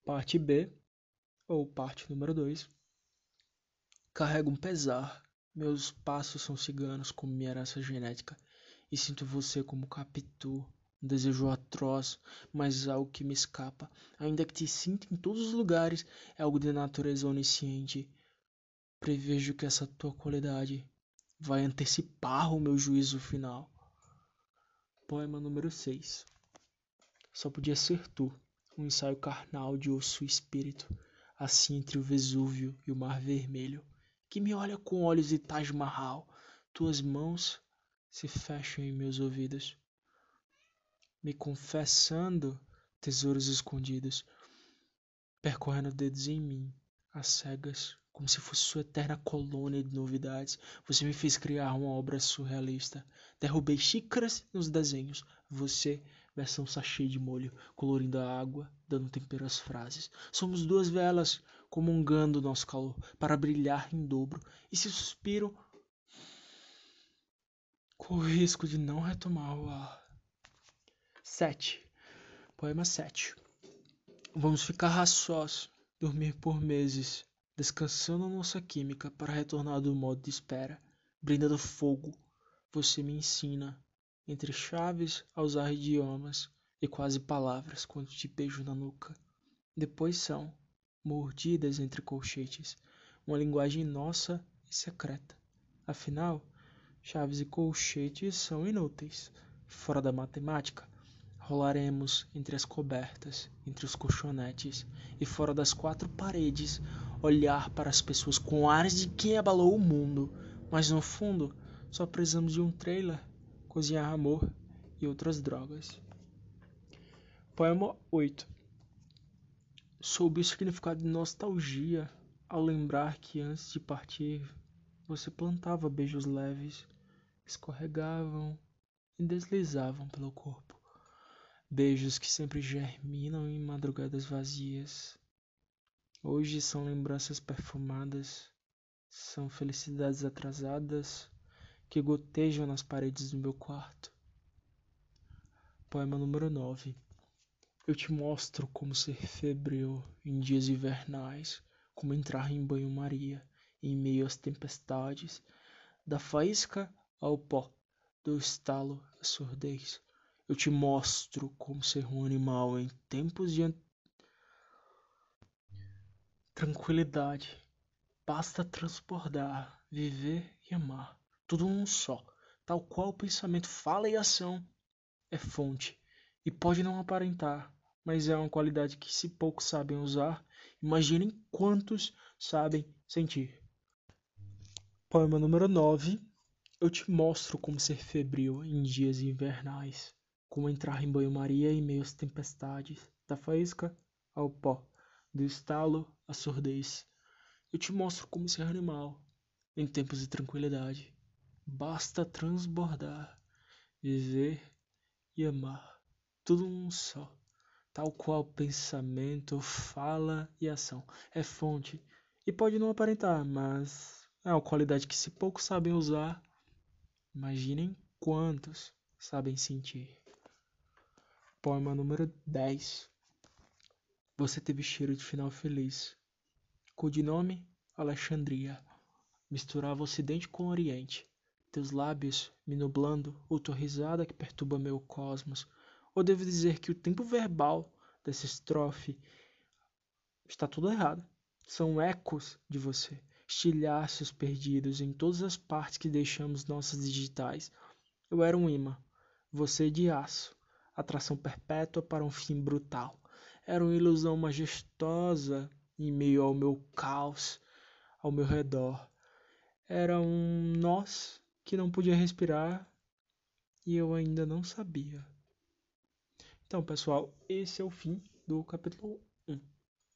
Parte B, ou parte número 2. Carrego um pesar. Meus passos são ciganos como minha herança genética. E sinto você como Capitu. Um desejo atroz, mas algo que me escapa. Ainda que te sinta em todos os lugares, é algo de natureza onisciente. Prevejo que essa tua qualidade vai antecipar o meu juízo final. Poema número 6. Só podia ser tu, um ensaio carnal de osso e espírito, assim entre o Vesúvio e o Mar Vermelho, que me olha com olhos de Taj Mahal. Tuas mãos se fecham em meus ouvidos, me confessando tesouros escondidos, percorrendo dedos em mim, às cegas, como se fosse sua eterna colônia de novidades. Você me fez criar uma obra surrealista. Derrubei xícaras nos desenhos. Você, versão sachê de molho, colorindo a água, dando tempero às frases. Somos duas velas, comungando nosso calor, para brilhar em dobro. E se suspiro, com o risco de não retomar o ar. 7. Poema 7. Vamos ficar a sós, dormir por meses, descansando nossa química para retornar do modo de espera. Brindando fogo, você me ensina, entre chaves, a usar idiomas e quase palavras quando te beijo na nuca. Depois são mordidas entre colchetes, uma linguagem nossa e secreta. Afinal, chaves e colchetes são inúteis, fora da matemática. Rolaremos entre as cobertas, entre os colchonetes e fora das quatro paredes, olhar para as pessoas com ares de quem abalou o mundo, mas no fundo só precisamos de um trailer, cozinhar amor e outras drogas. Poema 8. Soube o significado de nostalgia ao lembrar que antes de partir você plantava beijos leves, escorregavam e deslizavam pelo corpo. Beijos que sempre germinam em madrugadas vazias. Hoje são lembranças perfumadas, são felicidades atrasadas que gotejam nas paredes do meu quarto. Poema número 9. Eu te mostro como ser febril em dias invernais, como entrar em banho-maria em meio às tempestades, da faísca ao pó, do estalo à surdez. Eu te mostro como ser um animal em tempos de tranquilidade. Basta transbordar, viver e amar, tudo num só. Tal qual o pensamento, fala e ação é fonte. E pode não aparentar, mas é uma qualidade que se poucos sabem usar, imaginem quantos sabem sentir. Poema número 9. Eu te mostro como ser febril em dias invernais, como entrar em banho-maria em meio às tempestades, da faísca ao pó, do estalo à surdez. Eu te mostro como ser animal, em tempos de tranquilidade. Basta transbordar, viver e amar, tudo num só. Tal qual pensamento, fala e ação. É fonte, e pode não aparentar, mas é uma qualidade que se poucos sabem usar, imaginem quantos sabem sentir. Poema número 10. Você teve cheiro de final feliz. Codinome, Alexandria. Misturava o ocidente com o oriente. Teus lábios me nublando, ou tua risada que perturba meu cosmos. Ou devo dizer que o tempo verbal dessa estrofe está tudo errado. São ecos de você, estilhaços perdidos em todas as partes que deixamos nossas digitais. Eu era um imã, você de aço, atração perpétua para um fim brutal. Era uma ilusão majestosa em meio ao meu caos, ao meu redor. Era um nós que não podia respirar e eu ainda não sabia. Então, pessoal, esse é o fim do capítulo